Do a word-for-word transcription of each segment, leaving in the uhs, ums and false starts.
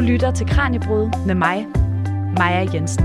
lytter til Kraniebrud med mig, Maja Jensen.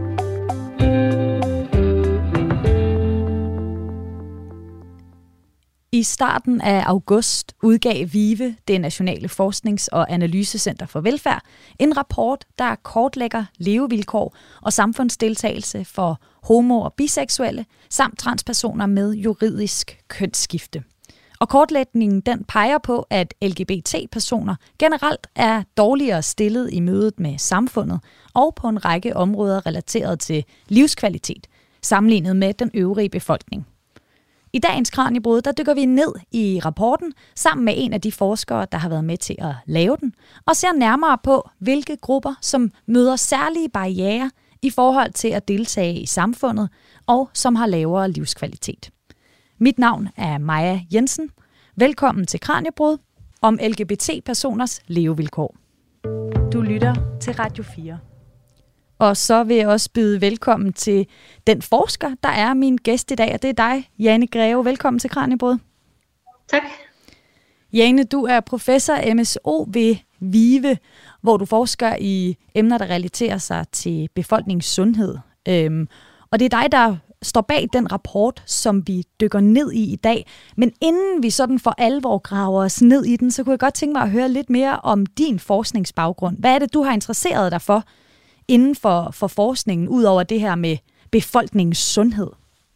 I starten af august udgav VIVE, det nationale forsknings- og analysecenter for velfærd, en rapport, der kortlægger levevilkår og samfundsdeltagelse for homo- og biseksuelle samt transpersoner med juridisk kønsskifte. Og kortlægningen den peger på, at L G B T-personer generelt er dårligere stillet i mødet med samfundet og på en række områder relateret til livskvalitet, sammenlignet med den øvrige befolkning. I dagens Kraniebrud, der dykker vi ned i rapporten sammen med en af de forskere, der har været med til at lave den, og ser nærmere på, hvilke grupper, som møder særlige barrierer i forhold til at deltage i samfundet, og som har lavere livskvalitet. Mit navn er Maja Jensen. Velkommen til Kraniebrud om L G B T-personers levevilkår. Du lytter til Radio fire. Og så vil jeg også byde velkommen til den forsker, der er min gæst i dag, og det er dig, Jane Greve. Velkommen til Kraniebrud. Tak. Jane, du er professor M S O ved VIVE, hvor du forsker i emner, der relaterer sig til befolkningens sundhed. Øhm, og det er dig, der står bag den rapport, som vi dykker ned i i dag. Men inden vi sådan for alvor graver os ned i den, så kunne jeg godt tænke mig at høre lidt mere om din forskningsbaggrund. Hvad er det, du har interesseret dig for inden for, for forskningen, ud over det her med befolkningens sundhed?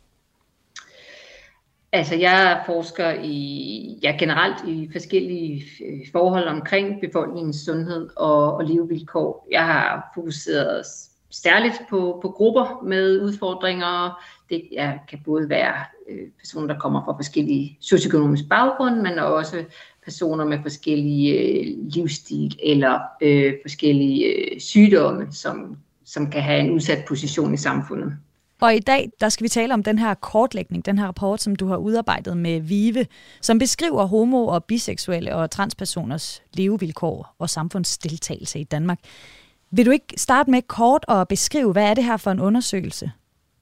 Altså, jeg forsker i, ja, generelt i forskellige forhold omkring befolkningens sundhed og, og levevilkår. Jeg har fokuseret særligt på, på grupper med udfordringer. Det ja, kan både være øh, personer, der kommer fra forskellige socioøkonomiske baggrunde, men også personer med forskellige øh, livsstil eller øh, forskellige øh, sygdomme, som, som kan have en udsat position i samfundet. Og i dag, der skal vi tale om den her kortlægning, den her rapport, som du har udarbejdet med VIVE, som beskriver homo- og biseksuelle og transpersoners levevilkår og samfundsdeltagelse i Danmark. Vil du ikke starte med kort at beskrive, hvad er det her for en undersøgelse?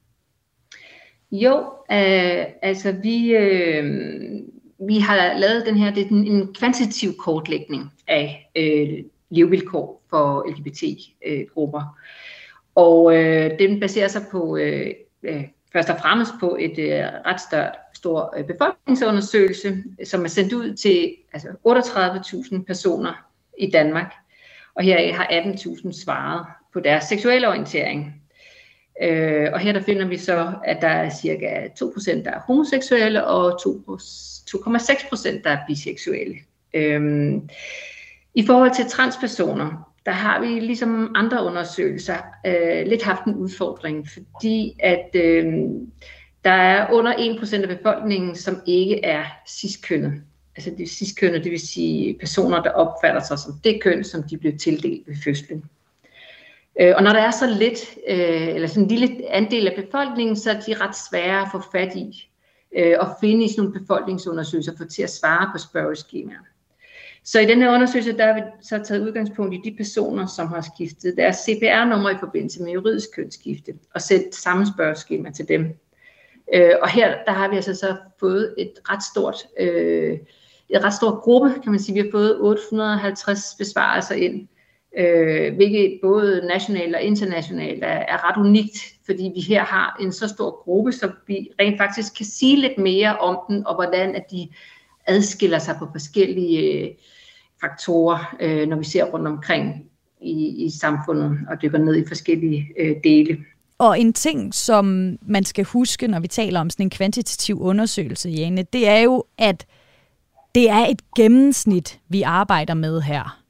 Jo, øh, altså vi, øh, vi har lavet den her, det er en, en kvantitativ kortlægning af øh, levevilkår for L G B T-grupper. Øh, og øh, den baserer sig på, øh, øh, først og fremmest på et øh, ret stort, stor øh, befolkningsundersøgelse, som er sendt ud til altså otteogtredive tusind personer i Danmark. Og her har atten tusind svaret på deres seksuelle orientering. Øh, og her der finder vi så, at der er cirka to procent, der er homoseksuelle, og to komma seks procent, der er biseksuelle. Øh, I forhold til transpersoner, der har vi ligesom andre undersøgelser øh, lidt haft en udfordring, fordi at øh, der er under en procent af befolkningen, som ikke er cis-kønnet. Altså det cis-kønnet, det vil sige personer, der opfatter sig som det køn, som de blev tildelt ved fødslen. Øh, og når der er så lidt, øh, eller sådan en lille andel af befolkningen, så er de ret svære at få fat i, øh, og finde i sådan nogle befolkningsundersøgelser for til at svare på spørgeskemaer. Så i den her undersøgelse, der har vi så taget udgangspunkt i de personer, som har skiftet deres C P R-nummer i forbindelse med juridisk kønsskifte, og sendt samme spørgeskema til dem. Øh, og her der har vi altså så fået et ret stort, øh, et ret stor gruppe, kan man sige. Vi har fået otte hundrede og halvtreds besvarelser ind, øh, hvilket både nationalt og internationalt er, er ret unikt, fordi vi her har en så stor gruppe, så vi rent faktisk kan sige lidt mere om den, og hvordan at de adskiller sig på forskellige øh, faktorer, øh, når vi ser rundt omkring i, i samfundet og dykker ned i forskellige øh, dele. Og en ting, som man skal huske, når vi taler om sådan en kvantitativ undersøgelse, Jane, det er jo, at det er et gennemsnit, vi arbejder med her.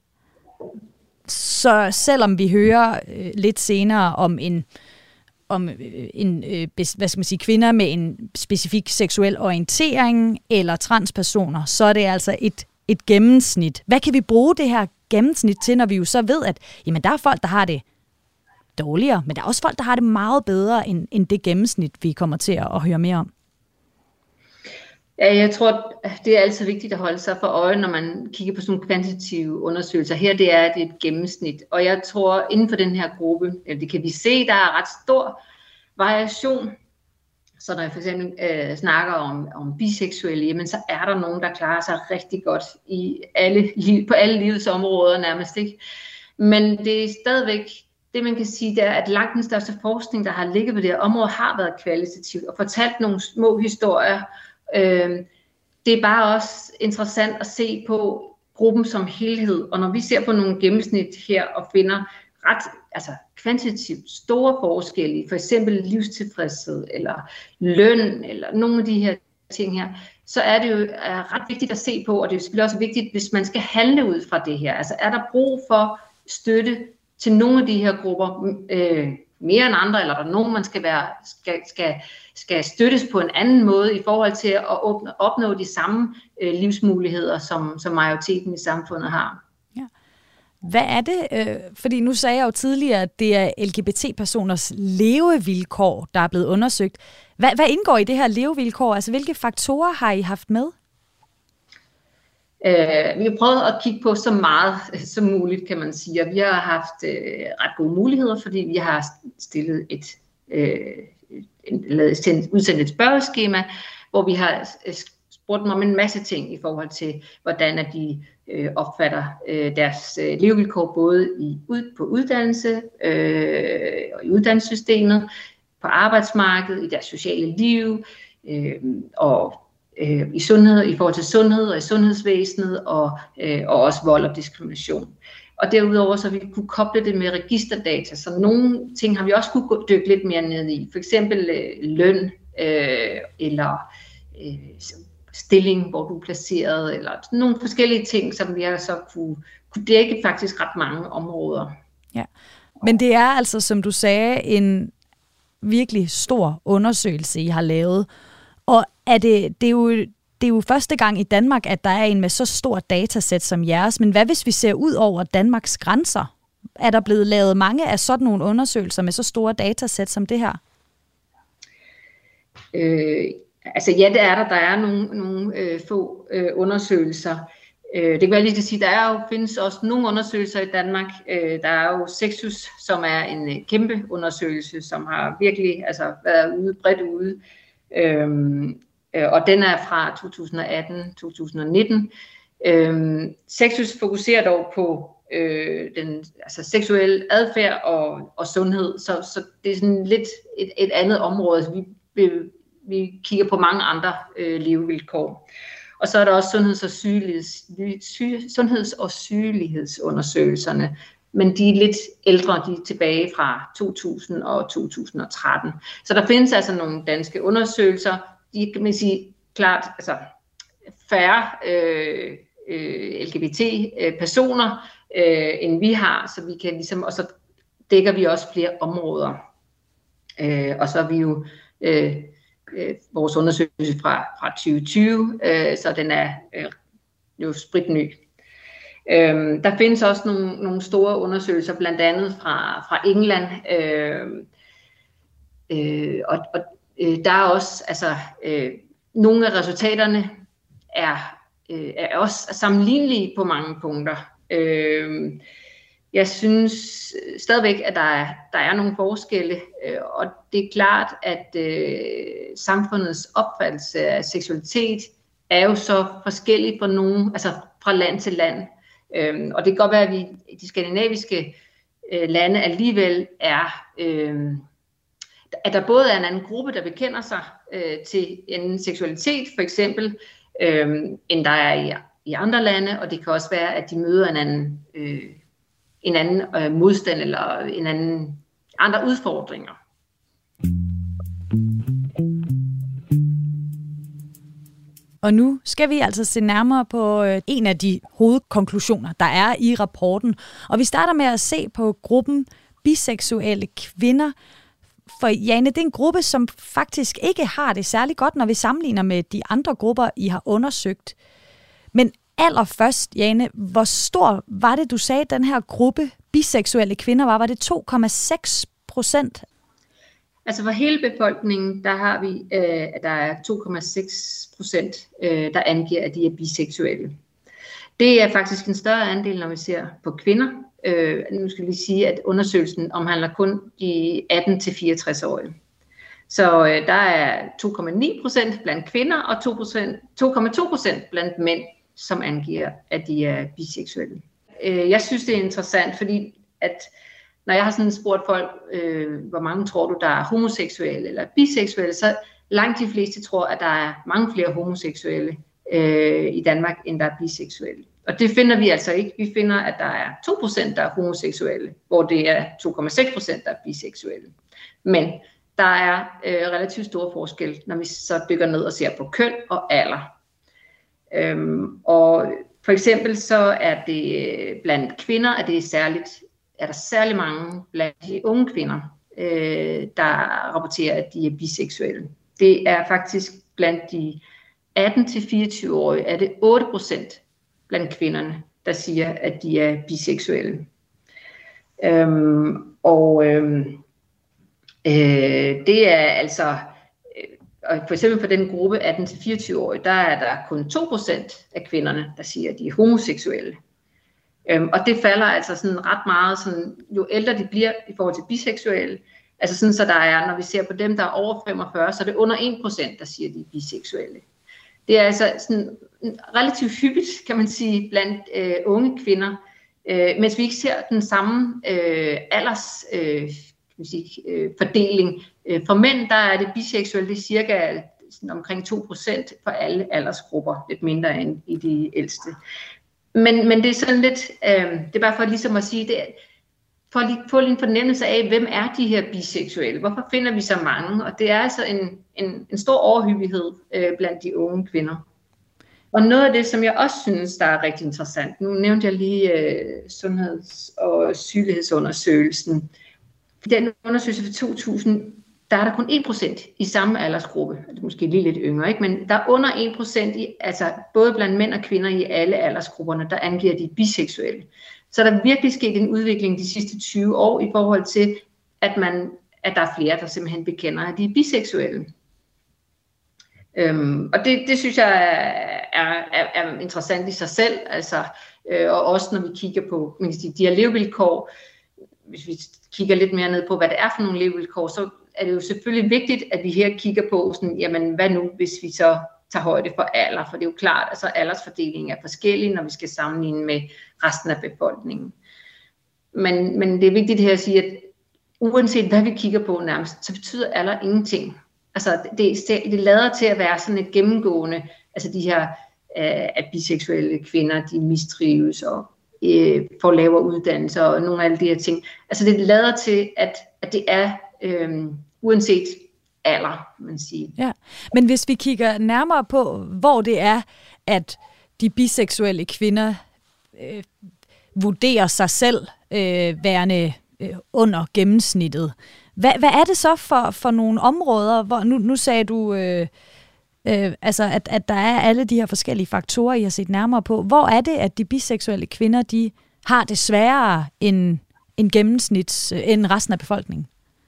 Så selvom vi hører øh, lidt senere om en, om en øh, hvad skal man sige, kvinder med en specifik seksuel orientering eller transpersoner, så er det altså et, et gennemsnit. Hvad kan vi bruge det her gennemsnit til, når vi jo så ved, at jamen, der er folk, der har det dårligere, men der er også folk, der har det meget bedre end, end det gennemsnit, vi kommer til at, at høre mere om? Ja, jeg tror, det er altid vigtigt at holde sig for øje, når man kigger på sådan nogle kvantitative undersøgelser. Her det er det et gennemsnit, og jeg tror, inden for den her gruppe, eller det kan vi se, der er ret stor variation. Så når jeg for eksempel øh, snakker om, om biseksuelle, jamen, så er der nogen, der klarer sig rigtig godt i alle, på alle livets områder nærmest, ikke? Men det er stadigvæk, det man kan sige, det er, at langt den største forskning, der har ligget på det her område, har været kvalitativt og fortalt nogle små historier. Øh, det er bare også interessant at se på gruppen som helhed, og når vi ser på nogle gennemsnit her og finder ret, altså kvantitativt store forskelle i for eksempel livstilfredshed eller løn eller nogle af de her ting her, så er det jo er ret vigtigt at se på, og det er selvfølgelig også vigtigt, hvis man skal handle ud fra det her. Altså er der brug for støtte til nogle af de her grupper øh, mere end andre, eller er der nogen, man skal, være, skal, skal, skal støttes på en anden måde i forhold til at opnå, opnå de samme øh, livsmuligheder, som, som majoriteten i samfundet har. Ja. Hvad er det? Øh, fordi nu sagde jeg jo tidligere, at det er L G B T-personers levevilkår, der er blevet undersøgt. Hvad, hvad indgår i det her levevilkår? Altså, hvilke faktorer har I haft med? Uh, vi har prøvet at kigge på så meget som muligt, kan man sige. Og vi har haft uh, ret gode muligheder, fordi vi har stillet et, uh, lavet, udsendt et spørgeskema, hvor vi har spurgt dem om en masse ting i forhold til, hvordan de uh, opfatter uh, deres uh, levevilkår, både i, ud, på uddannelse uh, og i uddannelsessystemet, på arbejdsmarkedet, i deres sociale liv uh, og i sundhed, i forhold til sundhed og i sundhedsvæsenet, og, øh, og også vold og diskrimination. Og derudover så vi kunne koble det med registerdata, så nogle ting har vi også kunne dykke lidt mere ned i. For eksempel øh, løn, øh, eller øh, stilling, hvor du er placeret, eller nogle forskellige ting, som vi har så kunne, kunne dække faktisk ret mange områder. Ja, men det er altså, som du sagde, en virkelig stor undersøgelse, I har lavet. Og er det, det, er jo, det er jo første gang i Danmark, at der er en med så stor datasæt som jeres. Men hvad hvis vi ser ud over Danmarks grænser? Er der blevet lavet mange af sådan nogle undersøgelser med så store datasæt som det her? Øh, altså ja, det er der. Der er nogle, nogle øh, få øh, undersøgelser. Øh, det kan være lige at sige, der er jo, findes også nogle undersøgelser i Danmark. Øh, der er jo Sexus, som er en kæmpe undersøgelse, som har virkelig altså, været ude, bredt ude. Øhm, øh, og den er fra to tusind og atten til to tusind og nitten. Øhm, Sexus fokuserer dog på øh, den altså seksuelle adfærd og, og sundhed, så, så det er sådan lidt et, et andet område. Vi, vi, vi kigger på mange andre øh, levevilkår. Og så er der også sundheds- og, sygeligheds, syge, sundheds- og sygelighedsundersøgelserne, men de er lidt ældre, de er tilbage fra to tusind og to tusind og tretten. Så der findes altså nogle danske undersøgelser, de kan man sige klart, altså færre øh, øh, L G B T-personer, øh, end vi har, så vi kan ligesom, og så dækker vi også flere områder. Øh, og så er vi jo øh, øh, vores undersøgelse fra, fra tyve tyve, øh, så den er øh, jo spritny. Øhm, der findes også nogle, nogle store undersøgelser, blandt andet fra, fra England, øh, øh, og, og øh, der er også, altså, øh, nogle af resultaterne er, øh, er også sammenlignelige på mange punkter. Øh, jeg synes stadigvæk, at der er, der er nogle forskelle, øh, og det er klart, at øh, samfundets opfattelse af seksualitet er jo så forskellig fra nogen, altså fra land til land. Øhm, og det kan godt være, at vi i de skandinaviske øh, lande alligevel er, øh, at der både er en anden gruppe, der bekender sig øh, til en seksualitet, for eksempel, øh, end der er i, i andre lande, og det kan også være, at de møder en anden, øh, en anden øh, modstand eller en anden, andre udfordringer. Og nu skal vi altså se nærmere på en af de hovedkonklusioner, der er i rapporten. Og vi starter med at se på gruppen biseksuelle kvinder. For Jane, det er en gruppe, som faktisk ikke har det særlig godt, når vi sammenligner med de andre grupper, I har undersøgt. Men allerførst, Jane, hvor stor var det, du sagde, den her gruppe biseksuelle kvinder var? Var det to komma seks procent? Altså for hele befolkningen, der har vi, øh, at der er to komma seks procent, øh, der angiver, at de er biseksuelle. Det er faktisk en større andel, når vi ser på kvinder. Øh, nu skal vi sige, at undersøgelsen omhandler kun de atten til fireogtres-årige. Så øh, der er to komma ni procent blandt kvinder og to komma to procent blandt mænd, som angiver, at de er biseksuelle. øh, jeg synes, det er interessant, fordi at når jeg har sådan spurgt folk, øh, hvor mange tror du, der er homoseksuelle eller biseksuelle, så langt de fleste tror, at der er mange flere homoseksuelle øh, i Danmark, end der er biseksuelle. Og det finder vi altså ikke. Vi finder, at der er to procent, der er homoseksuelle, hvor det er to komma seks procent, der er biseksuelle. Men der er øh, relativt stor forskel, når vi så dykker ned og ser på køn og alder. Øhm, og for eksempel så er det blandt kvinder, at det er særligt, er der særlig mange blandt de unge kvinder, øh, der rapporterer, at de er biseksuelle. Det er faktisk blandt de atten til fireogtyve-årige, er det otte procent blandt kvinderne, der siger, at de er biseksuelle. Øhm, og øhm, øh, det er altså, og for eksempel for den gruppe atten til fireogtyve-årige, der er der kun to procent af kvinderne, der siger, at de er homoseksuelle. Øhm, og det falder altså sådan ret meget, sådan, jo ældre de bliver i forhold til biseksuelle. Altså sådan, så der er, når vi ser på dem, der er over femogfyrre, så er det under en procent, der siger, at de er biseksuelle. Det er altså sådan relativt hyppigt, kan man sige, blandt øh, unge kvinder, øh, mens vi ikke ser den samme øh, alders øh, kan man sige, øh, fordeling. Øh, for mænd, der er det biseksuelle, det er cirka sådan omkring to procent for alle aldersgrupper, lidt mindre end i de ældste. Men, men det er sådan lidt, øh, det er bare for ligesom at sige, det, for at få en fornemmelse af, hvem er de her biseksuelle? Hvorfor finder vi så mange? Og det er altså en, en, en stor overhyppighed øh, blandt de unge kvinder. Og noget af det, som jeg også synes, der er rigtig interessant, nu nævnte jeg lige øh, sundheds- og sygelighedsundersøgelsen. I den undersøgelse for to tusind, der er der kun en procent i samme aldersgruppe, det er måske lige lidt yngre, ikke? Men der er under en procent, i, altså både blandt mænd og kvinder i alle aldersgrupperne, der angiver de biseksuelle. Så der er virkelig sket en udvikling de sidste tyve år i forhold til, at, man, at der er flere, der simpelthen bekender, at de er biseksuelle. Øhm, og det, det synes jeg er, er, er interessant i sig selv, altså, øh, og også når vi kigger på man kan sige, de her levevilkår. Hvis vi kigger lidt mere ned på, hvad det er for nogle levevilkår, så er det jo selvfølgelig vigtigt, at vi her kigger på, sådan, jamen, hvad nu, hvis vi så tager højde for alder, for det er jo klart, at altså, aldersfordelingen er forskellig, når vi skal sammenligne med resten af befolkningen. Men, men det er vigtigt her at sige, at uanset hvad vi kigger på nærmest, så betyder alder ingenting. Altså det, det lader til at være sådan et gennemgående, altså de her øh, at biseksuelle kvinder, de mistrives og øh, får lavere uddannelse og nogle af alle de her ting. Altså det lader til, at, at det er øh, uanset alder, man siger. Ja, men hvis vi kigger nærmere på, hvor det er, at de biseksuelle kvinder øh, vurderer sig selv øh, værende øh, under gennemsnittet. Hvad, hvad er det så for, for nogle områder, hvor nu, nu sagde du, øh, øh, altså at, at der er alle de her forskellige faktorer, I har set nærmere på. Hvor er det, at de biseksuelle kvinder, de har det sværere end, end gennemsnits, end resten af befolkningen?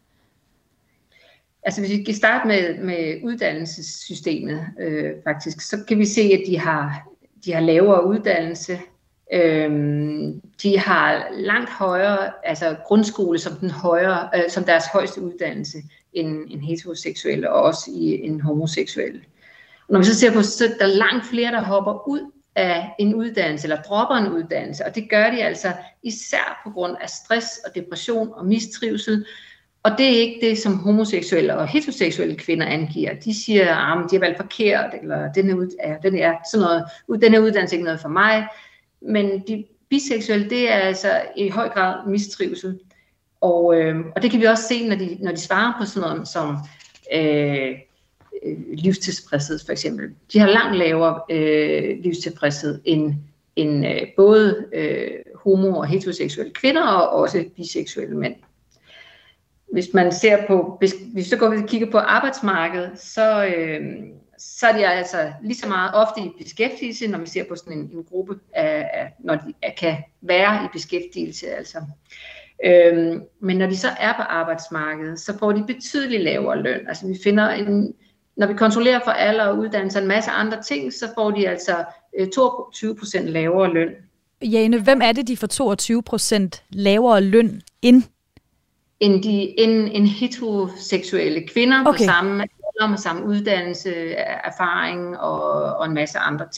Altså hvis vi kan starte med, med uddannelsessystemet øh, faktisk, så kan vi se, at de har, de har lavere uddannelse. Øhm, de har langt højere, altså grundskole som, den højere, øh, som deres højeste uddannelse end, end heteroseksuelle og også i en homoseksuelle. Og når vi så ser på, så er der langt flere, der hopper ud af en uddannelse eller dropper en uddannelse, og det gør de altså især på grund af stress og depression og mistrivsel. Og det er ikke det, som homoseksuelle og heteroseksuelle kvinder angiver. De siger, at de har valgt forkert, eller den her, ja, den er sådan noget, den her uddannelse er ikke noget for mig. Men de biseksuelle, det er altså i høj grad mistrivsel. Og, øh, og det kan vi også se, når de, når de svarer på sådan noget som øh, livstilfredshed for eksempel. De har langt lavere øh, livstilfredshed end, end øh, både øh, homo- og heteroseksuelle kvinder og også biseksuelle mænd. Hvis man ser på, hvis vi så går og kigger på arbejdsmarkedet, så, øh, så er de altså lige så meget ofte i beskæftigelse, når vi ser på sådan en, en gruppe, af, af, når de af, kan være i beskæftigelse. Altså. Øh, men når de så er på arbejdsmarkedet, så får de betydeligt lavere løn. Altså vi finder en, når vi kontrollerer for alder og uddannelse og en masse andre ting, så får de altså øh, toogtyve procent lavere løn. Jane, hvem er det, de får toogtyve procent lavere løn end? end, de, end, end heteroseksuelle kvinder okay. på samme alder, med samme uddannelse, erfaring og, og en masse andre ting.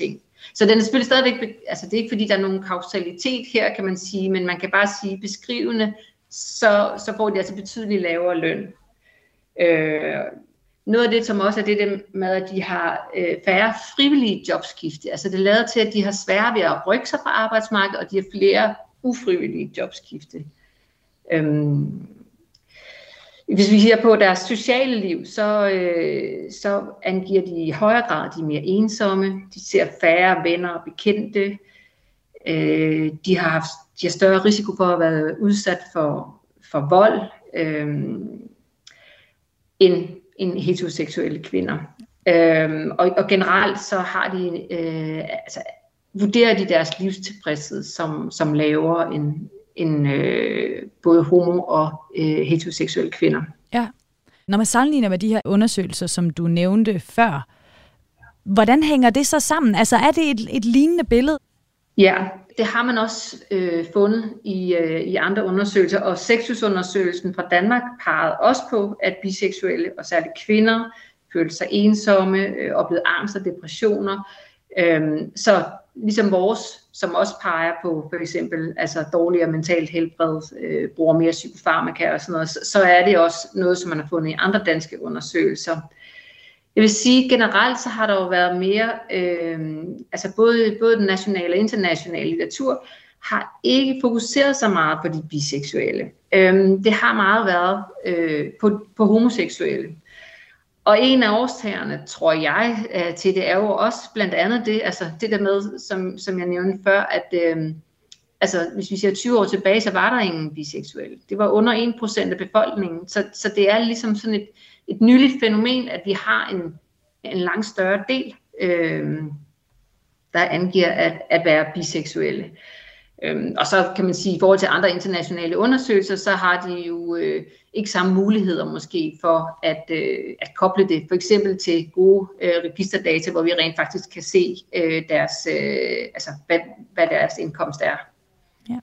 Så den er selvfølgelig stadigvæk, altså det er ikke fordi, der er nogen kausalitet her, kan man sige, men man kan bare sige beskrivende, så, så får de altså betydeligt lavere løn. Øh, noget af det, som også er det med, at de har øh, færre frivillige jobskifte, altså det lader til, at de har svære ved at rykke sig fra arbejdsmarkedet, og de har flere ufrivillige jobskifte. Øhm, Hvis vi ser på deres sociale liv, så, øh, så angiver de i højere grad, at de er mere ensomme, de ser færre venner og bekendte, øh, de, har haft, de har større risiko for at være udsat for, for vold øh, end, end heteroseksuelle kvinder. Øh, og, og generelt så har de, øh, altså, vurderer de deres livstilfredshed som, som lavere end end øh, både homo- og øh, heteroseksuelle kvinder. Ja. Når man sammenligner med de her undersøgelser, som du nævnte før, hvordan hænger det så sammen? Altså er det et, et lignende billede? Ja, det har man også øh, fundet i, øh, i andre undersøgelser, og Sexus-undersøgelsen fra Danmark pegede også på, at biseksuelle og særligt kvinder følte sig ensomme, øh, oplevede angst og depressioner. Øhm, så ligesom vores, som også peger på for eksempel altså dårligere mentalt helbred, øh, bruger mere psykofarmaka og sådan noget, så, så er det også noget, som man har fundet i andre danske undersøgelser. Jeg vil sige, generelt så har der jo været mere, øh, altså både, både den nationale og internationale litteratur har ikke fokuseret så meget på de biseksuelle. Øh, det har meget været øh, på, på homoseksuelle. Og en af årsagerne, tror jeg, til det er jo også blandt andet det, altså det der med, som, som jeg nævnte før, at øh, altså, hvis vi ser tyve år tilbage, så var der ingen biseksuelle. Det var under en procent af befolkningen, så, så det er ligesom sådan et, et nyligt fænomen, at vi har en, en langt større del, øh, der angiver at, at være biseksuelle. Øhm, og så kan man sige, i forhold til andre internationale undersøgelser, så har de jo øh, ikke samme muligheder måske for at, øh, at koble det, for eksempel til gode øh, registerdata, hvor vi rent faktisk kan se øh, deres, øh, altså, hvad, hvad deres indkomst er. Ja.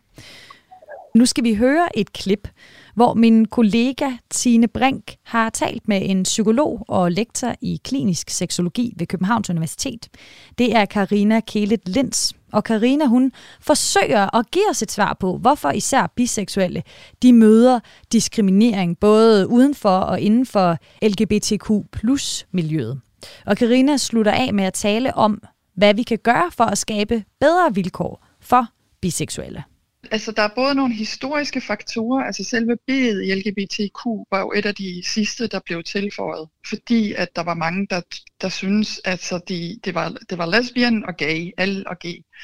Nu skal vi høre et klip, hvor min kollega Tine Brink har talt med en psykolog og lektor i klinisk seksologi ved Københavns Universitet. Det er Karina Kelet Lins, og Karina hun forsøger at give os et svar på, hvorfor især biseksuelle de møder diskriminering både uden for og inden for L G B T Q plus miljøet. Og Karina slutter af med at tale om, hvad vi kan gøre for at skabe bedre vilkår for biseksuelle. Altså, der er både nogle historiske faktorer, altså selve B'et i L G B T Q var jo et af de sidste, der blev tilføjet, fordi at der var mange, der, der synes, at altså, de, det, var, det var lesbian og gay, L og G,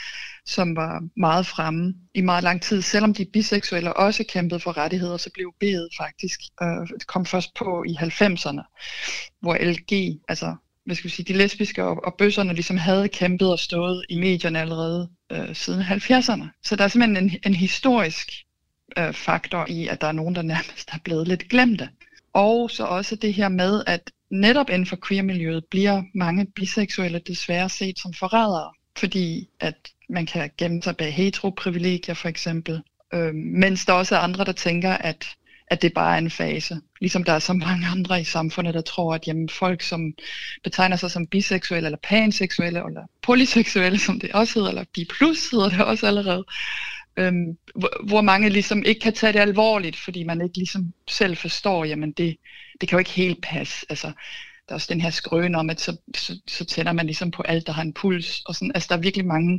som var meget fremme i meget lang tid. Selvom de biseksuelle også kæmpede for rettigheder, så blev B'et faktisk, øh, kom først på i halvfemserne, hvor L G, altså hvad skal vi sige, de lesbiske og, og bøsserne ligesom havde kæmpet og stået i medierne allerede øh, siden halvfjerdserne. Så der er simpelthen en, en historisk øh, faktor i, at der er nogen, der nærmest er blevet lidt glemte. Og så også det her med, at netop inden for queer-miljøet bliver mange biseksuelle desværre set som forrædere, fordi at man kan gemme sig bag heteroprivilegier for eksempel, øh, mens der også er andre, der tænker, at at det bare er en fase. Ligesom der er så mange andre i samfundet, der tror, at jamen, folk, som betegner sig som biseksuelle, eller panseksuelle, eller polyseksuelle, som det også hedder, eller bi plus hedder det også allerede, øhm, hvor, hvor mange ligesom ikke kan tage det alvorligt, fordi man ikke ligesom selv forstår, jamen det, det kan jo ikke helt passe. Altså, der er også den her skrøne om, at så, så, så tænder man ligesom på alt, der har en puls. Og sådan. Altså, der er virkelig mange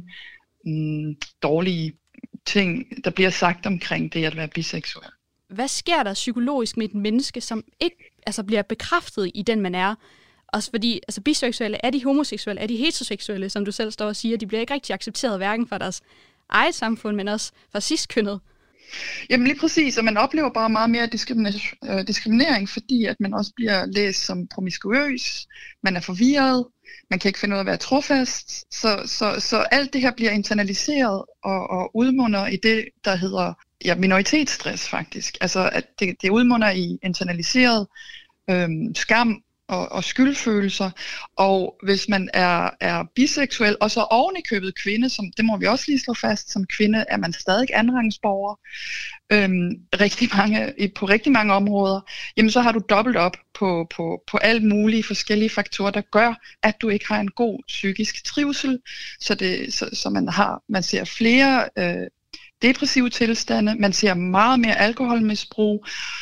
mm, dårlige ting, der bliver sagt omkring det at være biseksuel. Hvad sker der psykologisk med et menneske, som ikke altså, bliver bekræftet i den, man er? Også fordi altså, biseksuelle, er de homoseksuelle, er de heteroseksuelle, som du selv står og siger, de bliver ikke rigtig accepteret, hverken fra deres eget samfund, men også fra cis-kønnet. Jamen lige præcis, og man oplever bare meget mere diskriminering, øh, diskriminering, fordi at man også bliver læst som promiskuøs, man er forvirret, man kan ikke finde ud af at være trofast, så, så, så alt det her bliver internaliseret og, og udmunder i det, der hedder ja, minoritetsstress faktisk. Altså at det, det udmunder i internaliseret øhm, skam og, og skyldfølelser. Og hvis man er, er biseksuel, og så oven i købet kvinde, som, det må vi også lige slå fast, som kvinde er man stadig andenrangsborger, øhm, rigtig mange, på rigtig mange områder, jamen så har du dobbelt op på, på, på alle mulige forskellige faktorer, der gør, at du ikke har en god psykisk trivsel, så, det, så, så man, har, man ser flere øh, depressive tilstande, man ser meget mere alkoholmisbrug,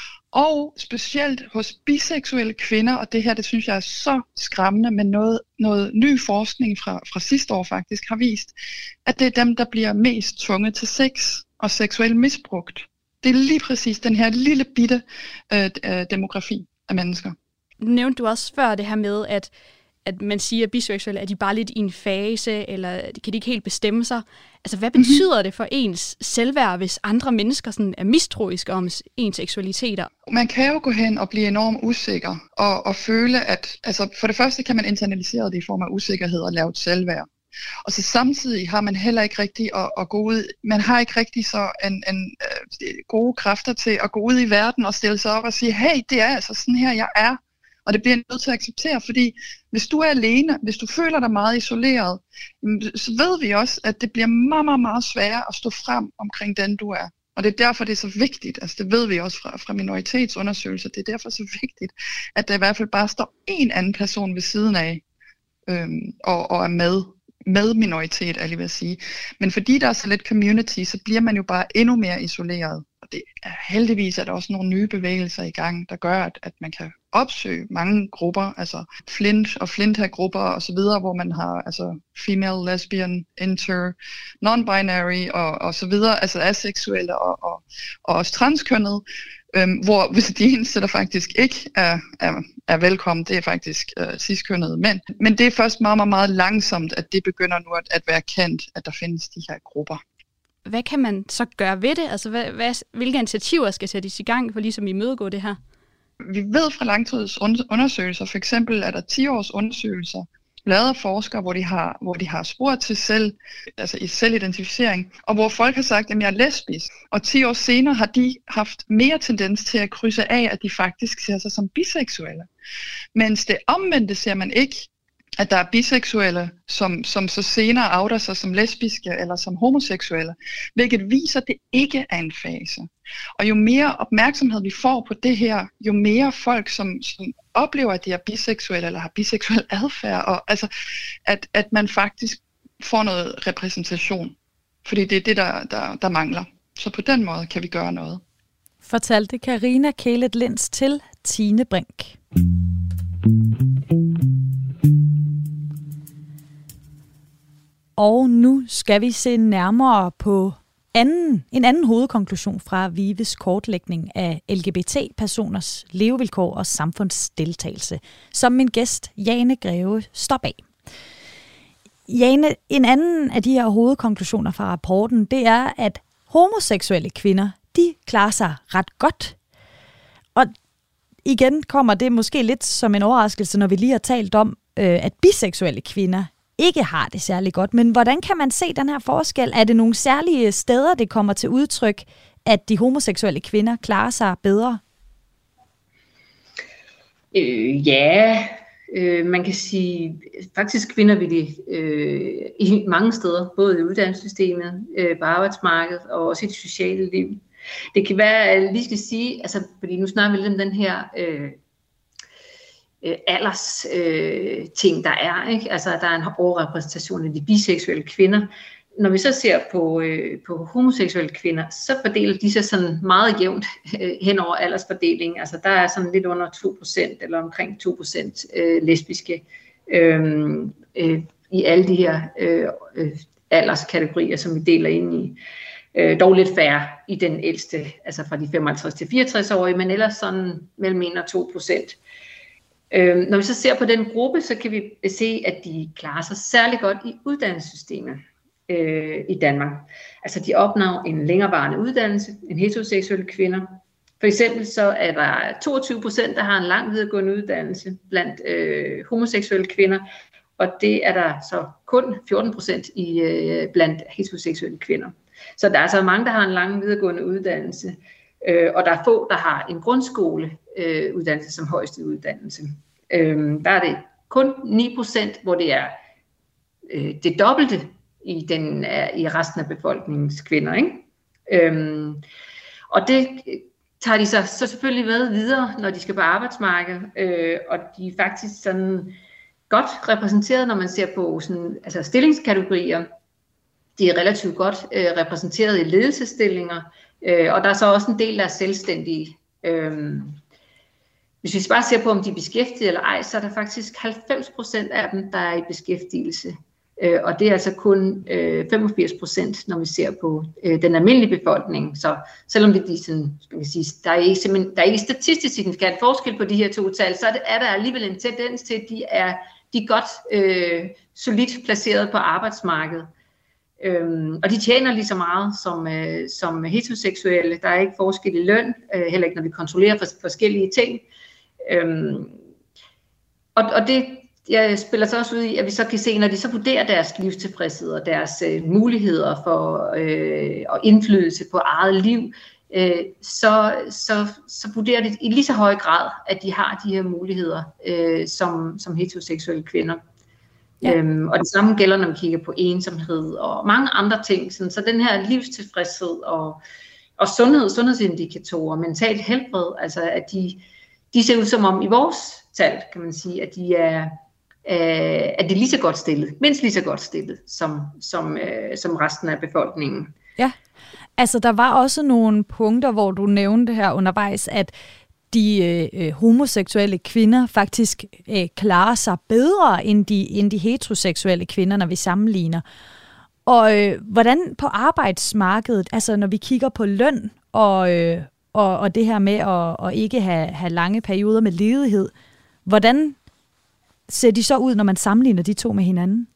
og specielt hos biseksuelle kvinder, og det her, det synes jeg er så skræmmende, men noget, noget ny forskning fra, fra sidste år faktisk har vist, at det er dem, der bliver mest tvunget til sex og seksuelt misbrugt. Det er lige præcis den her lille bitte øh, demografi af mennesker. Nu nævnte du også før det her med, at, at man siger, at biseksuelle er de bare lidt i en fase, eller kan de ikke helt bestemme sig. Altså, hvad betyder mm-hmm. det for ens selvværd, hvis andre mennesker sådan er mistroiske om ens seksualiteter? Man kan jo gå hen og blive enormt usikker, og, og føle, at altså, for det første kan man internalisere det i form af usikkerhed og lavt selvværd. Og så samtidig har man heller ikke rigtig at, at gå ud, man har ikke rigtig så en, en uh, gode kræfter til at gå ud i verden og stille sig op og sige, hey, det er altså sådan her, jeg er. Og det bliver nødt til at acceptere, fordi hvis du er alene, hvis du føler dig meget isoleret, så ved vi også, at det bliver meget, meget, meget sværere at stå frem omkring den, du er. Og det er derfor, det er så vigtigt, altså det ved vi også fra, fra minoritetsundersøgelser, det er derfor så vigtigt, at der i hvert fald bare står en anden person ved siden af, øhm, og, og er med, med minoritet, er lige ved at sige. Men fordi der er så lidt community, så bliver man jo bare endnu mere isoleret. Og det er heldigvis, at der også nogle nye bevægelser i gang, der gør, at, at man kan opsøge mange grupper, altså Flint og Flint-grupper og så videre, hvor man har altså female, lesbian, inter, non-binary og, og så videre, altså aseksuelle og, og, og også transkønnede, øhm, hvor hvis de eneste, der faktisk ikke er, er, er velkommen, det er faktisk øh, ciskønnede mænd. Men det er først meget, meget, meget langsomt, at det begynder nu at, at være kendt, at der findes de her grupper. Hvad kan man så gøre ved det? Altså, hvad, hvad, hvilke initiativer skal sættes i gang for ligesom at imødegå det her? Vi ved fra langtidsundersøgelser, for eksempel er der ti års undersøgelser, lavet af forskere, hvor de har, hvor de har spurgt til selv, altså i selvidentificering, og hvor folk har sagt, at jeg er lesbisk. Og ti år senere har de haft mere tendens til at krydse af, at de faktisk ser sig som biseksuelle. Mens det omvendte ser man ikke, at der er biseksuelle, som, som så senere outer sig som lesbiske eller som homoseksuelle, hvilket viser, at det ikke er en fase. Og jo mere opmærksomhed vi får på det her, jo mere folk, som, som oplever, at de er biseksuelle eller har biseksuel adfærd, og altså, at, at man faktisk får noget repræsentation. Fordi det er det, der, der, der mangler. Så på den måde kan vi gøre noget. Fortalte Karina Kælet-Lins til Tine Brink. Og nu skal vi se nærmere på anden, en anden hovedkonklusion fra VIVEs kortlægning af L G B T-personers levevilkår og samfundsdeltagelse, som min gæst Jane Greve står bag. Jane, en anden af de her hovedkonklusioner fra rapporten, det er, at homoseksuelle kvinder, de klarer sig ret godt. Og igen kommer det måske lidt som en overraskelse, når vi lige har talt om, at biseksuelle kvinder ikke har det særlig godt. Men hvordan kan man se den her forskel? Er det nogle særlige steder, det kommer til udtryk, at de homoseksuelle kvinder klarer sig bedre? Øh, ja, øh, man kan sige, faktisk kvinder vil det øh, i mange steder, både i uddannelsessystemet, øh, på arbejdsmarkedet og også i det sociale liv. Det kan være, at vi skal sige, altså, fordi nu snakker vi lidt om den her øh, alders øh, ting, der er, ikke? Altså, der er en overrepræsentation af de biseksuelle kvinder. Når vi så ser på, øh, på homoseksuelle kvinder, så fordeler de sig sådan meget jævnt øh, hen over aldersfordelingen. Altså, der er sådan lidt under to procent eller omkring to procent øh, lesbiske øh, øh, i alle de her øh, øh, alderskategorier, som vi deler ind i. Øh, dog lidt færre i den ældste, altså fra de femoghalvtreds til fireogtres-årige, men ellers sådan mellem en og to procent. Øh, når vi så ser på den gruppe, så kan vi se, at de klarer sig særlig godt i uddannelsessystemet øh, i Danmark. Altså de opnår en længerevarende uddannelse end heteroseksuelle kvinder. For eksempel så er der toogtyve procent, der har en lang videregående uddannelse blandt øh, homoseksuelle kvinder, og det er der så kun fjorten procent i, øh, blandt heteroseksuelle kvinder. Så der er altså mange, der har en lang videregående uddannelse, øh, og der er få, der har en grundskoleuddannelse øh, som højeste uddannelse. Øhm, der er det kun ni procent, hvor det er øh, det dobbelte i, den, i resten af befolkningens kvinder. Ikke? Øhm, og det tager de sig så selvfølgelig med videre, når de skal på arbejdsmarkedet, øh, og de er faktisk sådan godt repræsenteret, når man ser på sådan, altså stillingskategorier. De er relativt godt øh, repræsenteret i ledelsesstillinger, øh, og der er så også en del, der er selvstændige. Øh, hvis vi bare ser på, om de er beskæftiget eller ej, så er der faktisk halvfems procent af dem, der er i beskæftigelse. Øh, og det er altså kun øh, femogfirs procent, når vi ser på øh, den almindelige befolkning. Så selvom det er sådan, skal vi sige, der er ikke, simpelthen, der er ikke statistisk signifikant forskel på de her to tal, så er, det, er der alligevel en tendens til, at de er, de er godt øh, solidt placeret på arbejdsmarkedet. Øhm, og de tjener lige så meget som, øh, som heteroseksuelle. Der er ikke forskel i løn, øh, heller ikke når vi kontrollerer for, forskellige ting. Øhm, og, og det jeg spiller så også ud i, at vi så kan se, når de så vurderer deres livstilfredshed og deres øh, muligheder for øh, og indflydelse på eget liv, øh, så, så, så vurderer de i lige så høj grad, at de har de her muligheder øh, som, som heteroseksuelle kvinder. Ja. Øhm, og det samme gælder, når vi kigger på ensomhed og mange andre ting. Sådan, så den her livstilfredshed og, og sundhed, sundhedsindikatorer, mentalt helbred, altså at de, de ser ud som om i vores tal, kan man sige, at de er, øh, at de er lige så godt stillet, mindst lige så godt stillet som, som, øh, som resten af befolkningen. Ja, altså der var også nogle punkter, hvor du nævnte her undervejs, at de øh, homoseksuelle kvinder faktisk øh, klarer sig bedre end de, end de heteroseksuelle kvinder, når vi sammenligner. Og øh, hvordan på arbejdsmarkedet, altså når vi kigger på løn og, øh, og, og det her med at, at ikke have, have lange perioder med ledighed, hvordan ser de så ud, når man sammenligner de to med hinanden?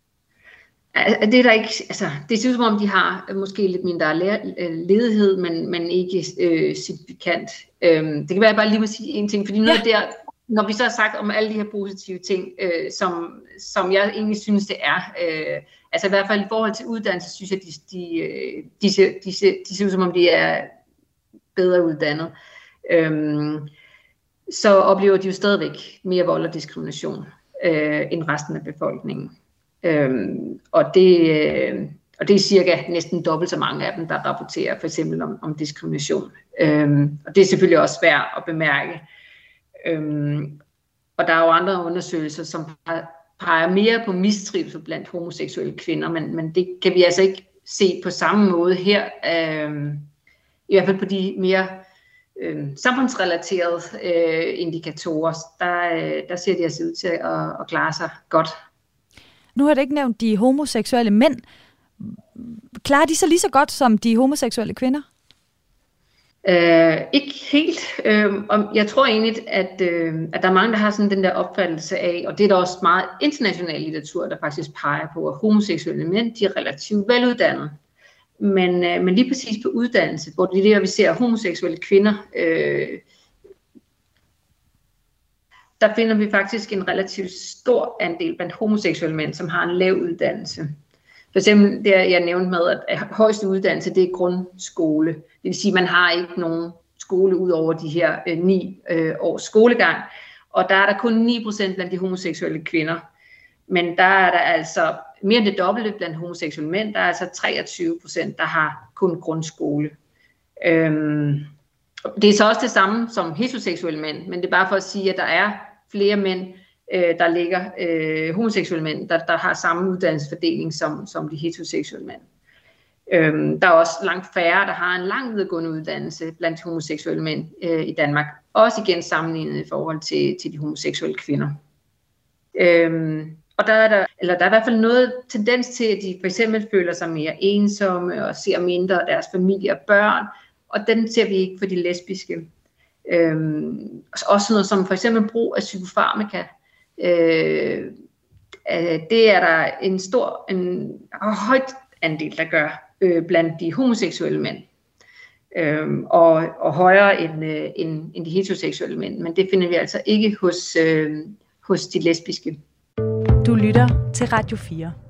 Det er der ikke, altså, det ser ud som om, de har måske lidt mindre ledighed, men, men ikke øh, signifikant. Øhm, det kan være, at jeg bare lige må sige en ting, fordi noget ja. der, når vi så har sagt om alle de her positive ting, øh, som, som jeg egentlig synes, det er, øh, altså i hvert fald i forhold til uddannelse, synes jeg, de, de, de, ser, de, ser, de ser ud som om, de er bedre uddannet. Øhm, så oplever de jo stadigvæk mere vold og diskrimination øh, end resten af befolkningen. Øhm, og, det, øh, og det er cirka næsten dobbelt så mange af dem, der rapporterer for eksempel om, om diskrimination. Øhm, og det er selvfølgelig også svært at bemærke. Øhm, og der er jo andre undersøgelser, som peger mere på mistrivsel blandt homoseksuelle kvinder, men, men det kan vi altså ikke se på samme måde her. Øhm, I hvert fald på de mere øh, samfundsrelaterede øh, indikatorer, der, øh, der ser de altså ud til at, at klare sig godt. Nu har du ikke nævnt de homoseksuelle mænd. Klarer de sig lige så godt som de homoseksuelle kvinder? Uh, ikke helt. Uh, og jeg tror egentlig, at, uh, at der er mange, der har sådan den der opfattelse af, og det er der også meget international litteratur, der faktisk peger på, at homoseksuelle mænd, de er relativt veluddannede. Men, uh, men lige præcis på uddannelse, hvor det er der, vi ser homoseksuelle kvinder, uh, der finder vi faktisk en relativt stor andel blandt homoseksuelle mænd, som har en lav uddannelse. For eksempel det, jeg nævnte med, at højeste uddannelse, det er grundskole. Det vil sige, at man har ikke nogen skole ud over de her øh, ni øh, års skolegang. Og der er der kun ni procent blandt de homoseksuelle kvinder. Men der er der altså mere end det dobbelte blandt homoseksuelle mænd. Der er altså treogtyve procent, der har kun grundskole. Øhm, det er så også det samme som heteroseksuelle mænd, men det er bare for at sige, at der er flere mænd, øh, der ligger, øh, homoseksuelle mænd, der, der har samme uddannelsesfordeling som, som de heteroseksuelle mænd. Øhm, der er også langt færre, der har en lang videregående uddannelse blandt homoseksuelle mænd øh, i Danmark. Også igen sammenlignet i forhold til, til de homoseksuelle kvinder. Øhm, og der er, der, eller der er i hvert fald noget tendens til, at de for eksempel føler sig mere ensomme og ser mindre af deres familie og børn. Og den ser vi ikke for de lesbiske. Øhm, også noget som for eksempel brug af psykofarmaka. Øh, øh, det er der en stor, en højt andel, der gør øh, blandt de homoseksuelle mænd. Øhm, og, og højere end, øh, end, end de heteroseksuelle mænd. Men det finder vi altså ikke hos, øh, hos de lesbiske. Du lytter til Radio fire.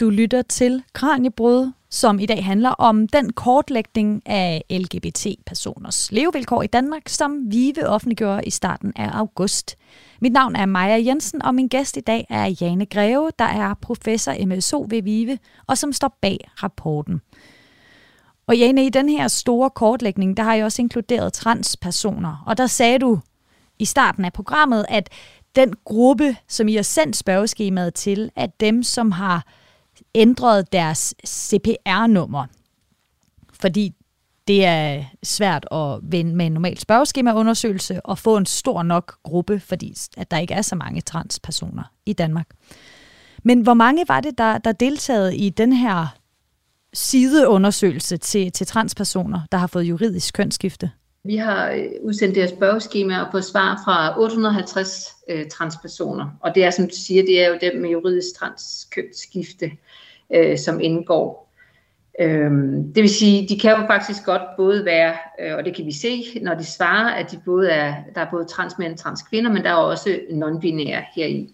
Du lytter til Kraniebrud, som i dag handler om den kortlægning af L G B T-personers levevilkår i Danmark, som VIVE offentliggjorde i starten af august. Mit navn er Maja Jensen, og min gæst i dag er Jane Greve, der er professor emeritus ved VIVE, og som står bag rapporten. Og Jane, i den her store kortlægning, der har jeg også inkluderet transpersoner, og der sagde du i starten af programmet, at den gruppe, som I har sendt spørgeskemaet til, er dem, som har ændret deres C P R-nummer. Fordi det er svært at vende med en normal spørgeskemaundersøgelse og få en stor nok gruppe, fordi at der ikke er så mange transpersoner i Danmark. Men hvor mange var det, der, der deltagede i den her sideundersøgelse til, til transpersoner, der har fået juridisk kønsskifte? Vi har udsendt det her spørgeskema og fået svar fra otte hundrede og halvtreds øh, transpersoner. Og det er, som du siger, det er jo dem med juridisk transkønsskifte, øh, som indgår. Øhm, det vil sige, de kan jo faktisk godt både være, øh, og det kan vi se, når de svarer, at de både er, der er både transmænd og transkvinder, men der er også non-binære heri.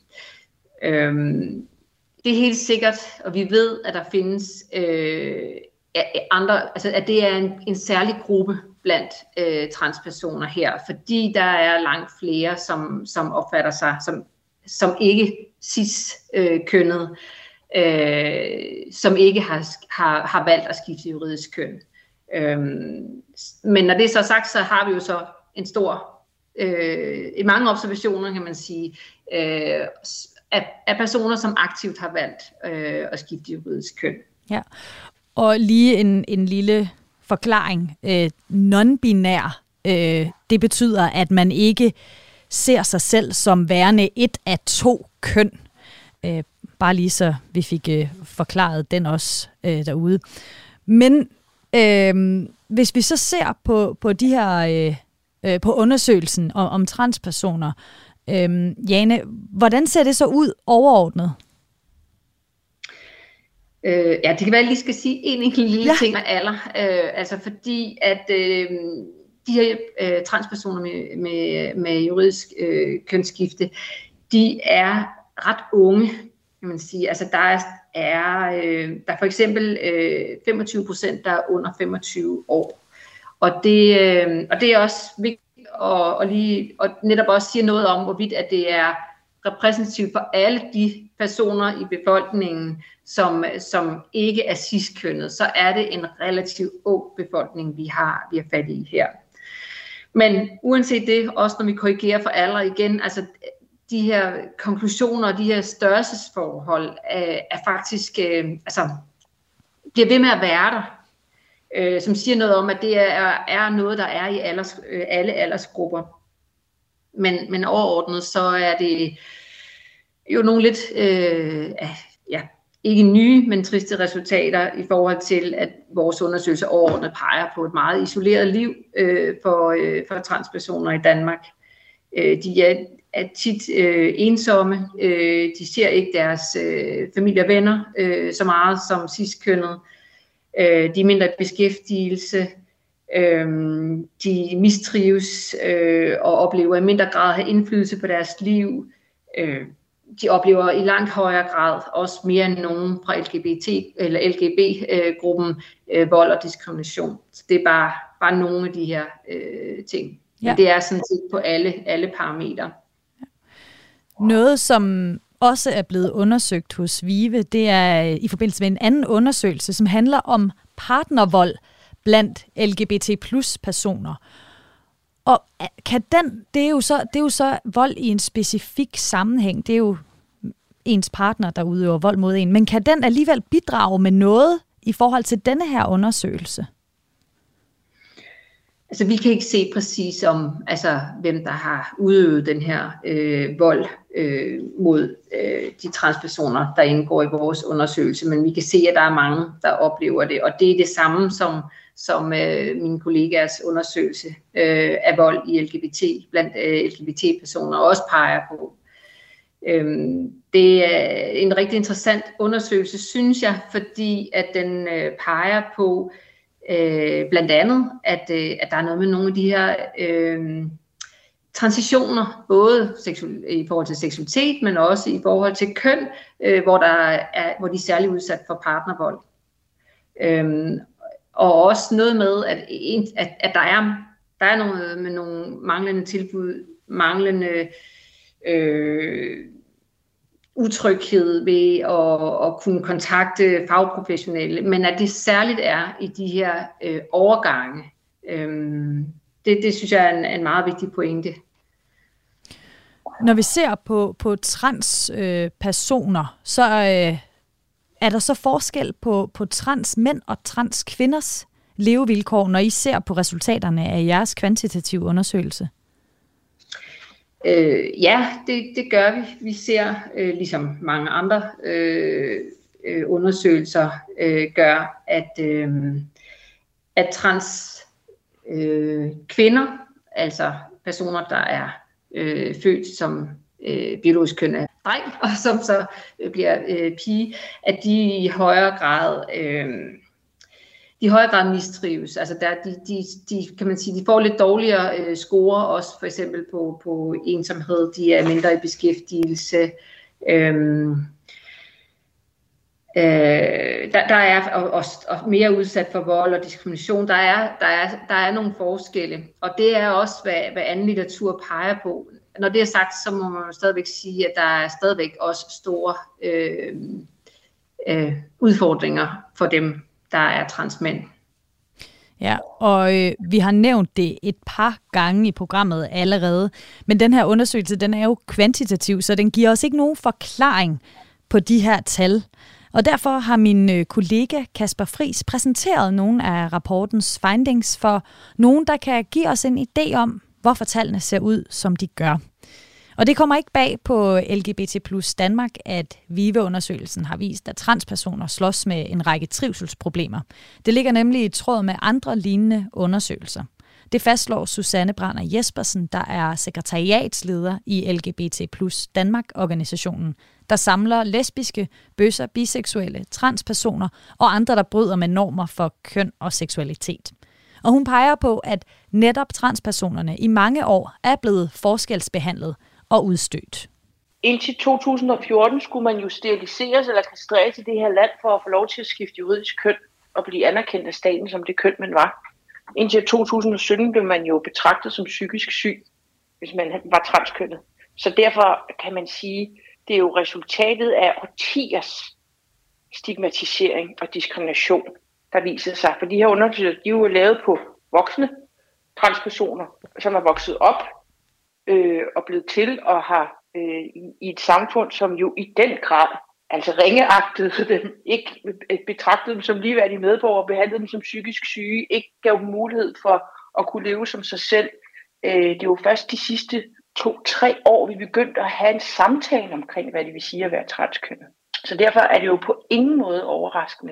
Øhm, det er helt sikkert, og vi ved, at der findes øh, andre, altså at det er en, en særlig gruppe blandt øh, transpersoner her, fordi der er langt flere, som, som opfatter sig som, som ikke cis-kønnet, øh, som ikke har, har, har valgt at skifte juridisk køn. Øhm, men når det er så sagt, så har vi jo så en stor, øh, i mange observationer kan man sige, øh, af, af personer, som aktivt har valgt øh, at skifte juridisk køn. Ja, og lige en, en lille forklaring. Øh, non-binær, øh, det betyder, at man ikke ser sig selv som værende et af to køn. Øh, bare lige så vi fik øh, forklaret den også øh, derude. Men øh, hvis vi så ser på, på de her øh, øh, på undersøgelsen om, om transpersoner, øh, Jane, hvordan ser det så ud overordnet? Øh, ja, det kan være, at jeg lige skal sige en enkelt lille ja. ting med alder. Øh, altså fordi, at øh, de her øh, transpersoner med, med, med juridisk øh, kønsskifte, de er ret unge, kan man sige. Altså der er, er, øh, der er for eksempel øh, femogtyve procent, der er under femogtyve år. Og det, øh, og det er også vigtigt at, at, lige, at netop også sige noget om, hvorvidt at det er repræsentativt for alle de personer i befolkningen, som, som ikke er cis-kønnet, så er det en relativt ung befolkning, vi har, vi har fat i her. Men uanset det, også når vi korrigerer for alder igen, altså de her konklusioner og de her størrelsesforhold er, er faktisk, øh, altså bliver ved med at være der, øh, som siger noget om, at det er, er noget, der er i alders, øh, alle aldersgrupper. Men, men overordnet, så er det jo nogle lidt, øh, ja, ikke nye, men triste resultater i forhold til, at vores undersøgelse overordnet peger på et meget isoleret liv øh, for, øh, for transpersoner i Danmark. Øh, de er, er tit øh, ensomme, øh, de ser ikke deres øh, familie og venner øh, så meget som cis-kønnet. Øh, de er mindre i beskæftigelse. Øhm, de mistrives øh, og oplever i mindre grad at have indflydelse på deres liv. Øh, de oplever i langt højere grad, også mere end nogen fra L G B T eller L G B-gruppen, øh, vold og diskrimination. Så det er bare, bare nogle af de her øh, ting. Ja. Men det er sådan set på alle, alle parametre. Noget, som også er blevet undersøgt hos VIVE, det er i forbindelse med en anden undersøgelse, som handler om partnervold blandt L G B T plus personer. Og kan den, det er jo så, det er jo så vold i en specifik sammenhæng. Det er jo ens partner, der udøver vold mod en. Men kan den alligevel bidrage med noget i forhold til denne her undersøgelse? Altså vi kan ikke se præcis om, altså hvem der har udøvet den her øh, vold øh, mod øh, de transpersoner, der indgår i vores undersøgelse. Men vi kan se, at der er mange, der oplever det. Og det er det samme som som øh, mine kollegaers undersøgelse øh, af vold i L G B T, blandt øh, L G B T-personer også peger på. Øhm, det er en rigtig interessant undersøgelse, synes jeg, fordi at den øh, peger på øh, blandt andet, at, øh, at der er noget med nogle af de her øh, transitioner, både seksuel, i forhold til seksualitet, men også i forhold til køn, øh, hvor, der er, hvor de er særligt udsat for partnervold. Øhm, og også noget med, at, at, at der, er, der er noget med nogle manglende tilbud, manglende øh, utryghed ved at, at kunne kontakte fagprofessionelle, men at det særligt er i de her øh, overgange. Øhm, det, det synes jeg er en, en meget vigtig pointe. Når vi ser på, på transpersoner, øh, så øh, er der så forskel på, på transmænd og transkvinders levevilkår, når I ser på resultaterne af jeres kvantitative undersøgelse? Øh, ja, det, det gør vi. Vi ser, øh, ligesom mange andre øh, øh, undersøgelser øh, gør, at, øh, at trans øh, kvinder, altså personer, der er øh, født som øh, biologisk køn af dreng, og som så øh, bliver øh, pige, at de i højere grad øh, de i højere grad mistrives. Altså der, de, de, de, kan man sige, de får lidt dårligere øh, score, også for eksempel på, på ensomhed, de er mindre i beskæftigelse. Øhm, øh, der, der er og, og, og mere udsat for vold og diskrimination. Der er, der er, der er nogle forskelle, og det er også, hvad, hvad anden litteratur peger på. Når det er sagt, så må man stadigvæk sige, at der er stadigvæk også store øh, øh, udfordringer for dem, der er transmænd. Ja, og øh, vi har nævnt det et par gange i programmet allerede, men den her undersøgelse, den er jo kvantitativ, så den giver os ikke nogen forklaring på de her tal. Og derfor har min øh, kollega Kasper Friis præsenteret nogle af rapportens findings for nogen, der kan give os en idé om, hvorfor tallene ser ud, som de gør. Og det kommer ikke bag på L G B T plus Danmark, at VIVE-undersøgelsen har vist, at transpersoner slås med en række trivselsproblemer. Det ligger nemlig i tråd med andre lignende undersøgelser. Det fastslår Susanne Brander Jespersen, der er sekretariatsleder i L G B T plus Danmark-organisationen, der samler lesbiske, bøsser, biseksuelle, transpersoner og andre, der bryder med normer for køn og seksualitet. Og hun peger på, at netop transpersonerne i mange år er blevet forskelsbehandlet og udstødt. Indtil to tusind og fjorten skulle man jo steriliseres eller kastreres i det her land for at få lov til at skifte juridisk køn og blive anerkendt af staten som det køn, man var. Indtil to tusind og sytten blev man jo betragtet som psykisk syg, hvis man var transkønnet. Så derfor kan man sige, det er jo resultatet af årtiers stigmatisering og diskrimination, der viser sig. For de her undersøgelser, de er jo lavet på voksne transpersoner, som er vokset op øh, og blevet til og har øh, i, i et samfund, som jo i den grad altså ringeagtede dem, ikke betragtede dem som ligeværdige medborgere, behandlede dem som psykisk syge, ikke gav dem mulighed for at kunne leve som sig selv. Øh, det er jo først de sidste to-tre år, vi begyndte at have en samtale omkring, hvad det vil sige at være transkønnet. Så derfor er det jo på ingen måde overraskende,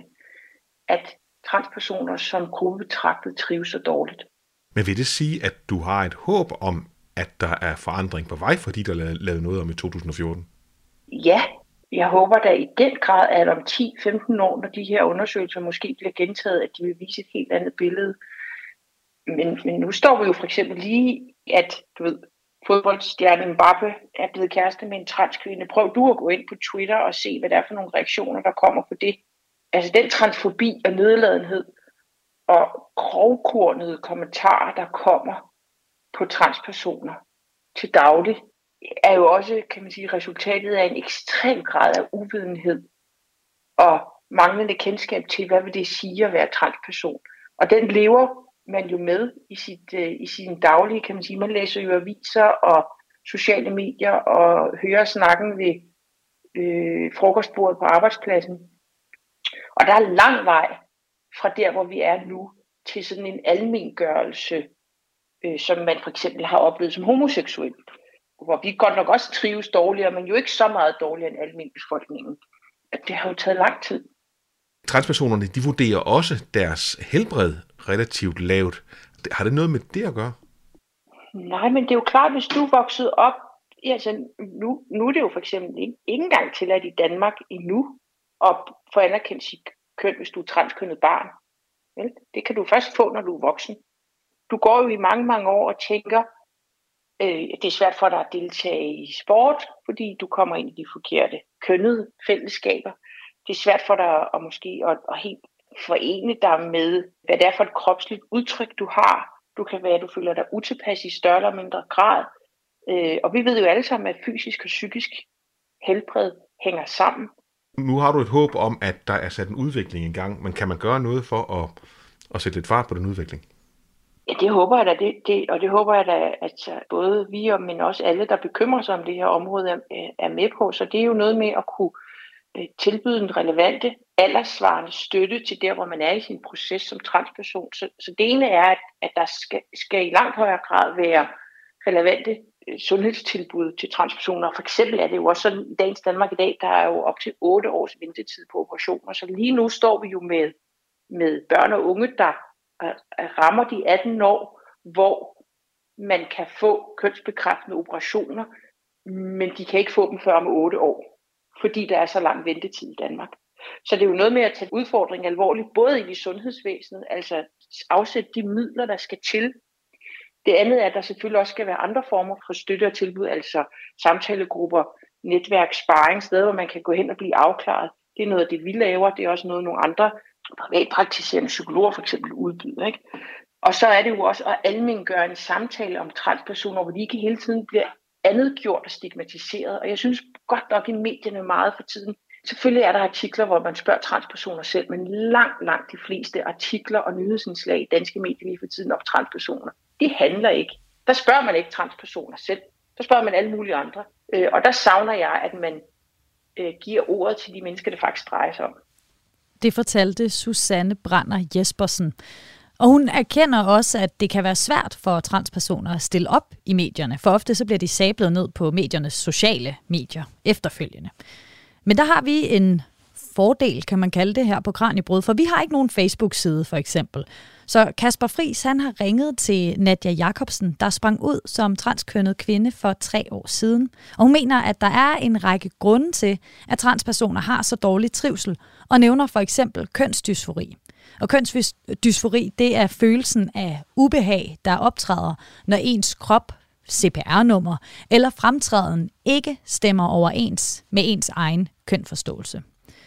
at transpersoner som gruppe betragtet trives så dårligt. Men vil det sige, at du har et håb om, at der er forandring på vej, fordi der er lavet noget om i to tusind og fjorten? Ja, jeg håber da i den grad, at om ti til femten år, når de her undersøgelser måske bliver gentaget, at de vil vise et helt andet billede. Men, men nu står vi jo for eksempel lige, at du ved, fodboldstjernen Mbappe er blevet kæreste med en transkvinde. Prøv du at gå ind på Twitter og se, hvad der er for nogle reaktioner, der kommer på det. Altså den transfobi og nedladenhed og grovkornede kommentarer, der kommer på transpersoner til daglig, er jo også, kan man sige, resultatet af en ekstrem grad af uvidenhed og manglende kendskab til, hvad vil det sige at være transperson. Og den lever man jo med i, sit, i sin daglige, kan man sige. Man læser jo aviser og sociale medier og hører snakken ved øh, frokostbordet på arbejdspladsen. Og der er lang vej fra der, hvor vi er nu, til sådan en almengørelse, øh, som man for eksempel har oplevet som homoseksuel. Hvor vi godt nok også trives dårligere, men jo ikke så meget dårligere end almenbefolkningen. Det har jo taget lang tid. Transpersonerne, de vurderer også deres helbred relativt lavt. Har det noget med det at gøre? Nej, men det er jo klart, hvis du er vokset op, altså nu, nu er det jo for eksempel ikke, ikke engang tilladt i Danmark endnu at få anerkendt sit køn, hvis du er transkønnet barn. Vel? Det kan du først få, når du er voksen. Du går jo i mange, mange år og tænker, Øh, det er svært for dig at deltage i sport, fordi du kommer ind i de forkerte kønnede fællesskaber. Det er svært for dig at måske at, at helt forene dig med, hvad det er for et kropsligt udtryk, du har. Du kan være, at du føler dig utilpas i større eller mindre grad. Øh, og vi ved jo alle sammen, at fysisk og psykisk helbred hænger sammen. Nu har du et håb om, at der er sat en udvikling i gang, men kan man gøre noget for at, at sætte lidt fart på den udvikling? Ja, det håber jeg da, det, det, og det håber jeg da, at både vi og men også alle, der bekymrer sig om det her område, er, er med på. Så det er jo noget med at kunne tilbyde en relevante, alderssvarende støtte til der, hvor man er i sin proces som transperson. Så, så det ene er, at, at der skal, skal i langt højere grad være relevante sundhedstilbud til transpersoner. For eksempel er det jo også sådan, i dagens Danmark i dag, der er jo op til otte års ventetid på operationer. Så lige nu står vi jo med, med børn og unge, der rammer de atten år, hvor man kan få kønsbekræftende operationer, men de kan ikke få dem før om otte år, fordi der er så lang ventetid i Danmark. Så det er jo noget med at tage udfordringen alvorligt, både i sundhedsvæsenet, altså afsætte de midler, der skal til. Det andet er, at der selvfølgelig også skal være andre former for støtte og tilbud, altså samtalegrupper, netværk, sparring, steder, hvor man kan gå hen og blive afklaret. Det er noget af det, vi laver. Det er også noget, nogle andre privatpraktiserende psykologer for eksempel udbyder, ikke? Og så er det jo også at almengøre en samtale om transpersoner, hvor de ikke hele tiden bliver andet gjort og stigmatiseret. Og jeg synes godt nok i medierne meget for tiden. Selvfølgelig er der artikler, hvor man spørger transpersoner selv, men langt, langt de fleste artikler og nyhedsindslag i danske medier lige for tiden om transpersoner, det handler ikke. Der spørger man ikke transpersoner selv. Der spørger man alle mulige andre. Og der savner jeg, at man giver ordet til de mennesker, det faktisk drejer sig om. Det fortalte Susanne Brander Jespersen. Og hun erkender også, at det kan være svært for transpersoner at stille op i medierne, for ofte så bliver de sablet ned på mediernes sociale medier efterfølgende. Men der har vi en fordel, kan man kalde det her på Kraniebrud, for vi har ikke nogen Facebook-side for eksempel. Så Kasper Friis, han har ringet til Nadia Jacobsen, der sprang ud som transkønnet kvinde for tre år siden. Og hun mener, at der er en række grunde til, at transpersoner har så dårlig trivsel, og nævner for eksempel kønsdysfori. Og kønsdysfori, det er følelsen af ubehag, der optræder, når ens krop, C P R-nummer eller fremtræden ikke stemmer overens med ens egen kønsforståelse.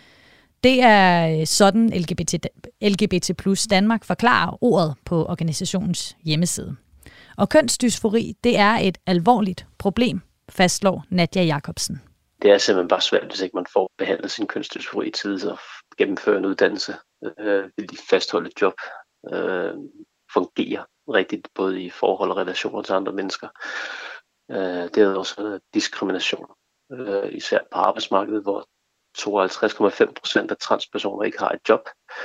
Det er sådan L G B T, L G B T plus Danmark forklarer ordet på organisationens hjemmeside. Og kønsdysfori, det er et alvorligt problem, fastslår Nadia Jacobsen. Det er simpelthen bare svært, hvis ikke man får behandlet sin kønsdysfori i tide, så gennemføre en uddannelse, øh, vil de fastholde et job, øh, fungerer rigtigt, både i forhold og relationer til andre mennesker. Øh, det er også diskrimination, øh, især på arbejdsmarkedet, hvor tooghalvtreds komma fem procent af transpersoner ikke har et job.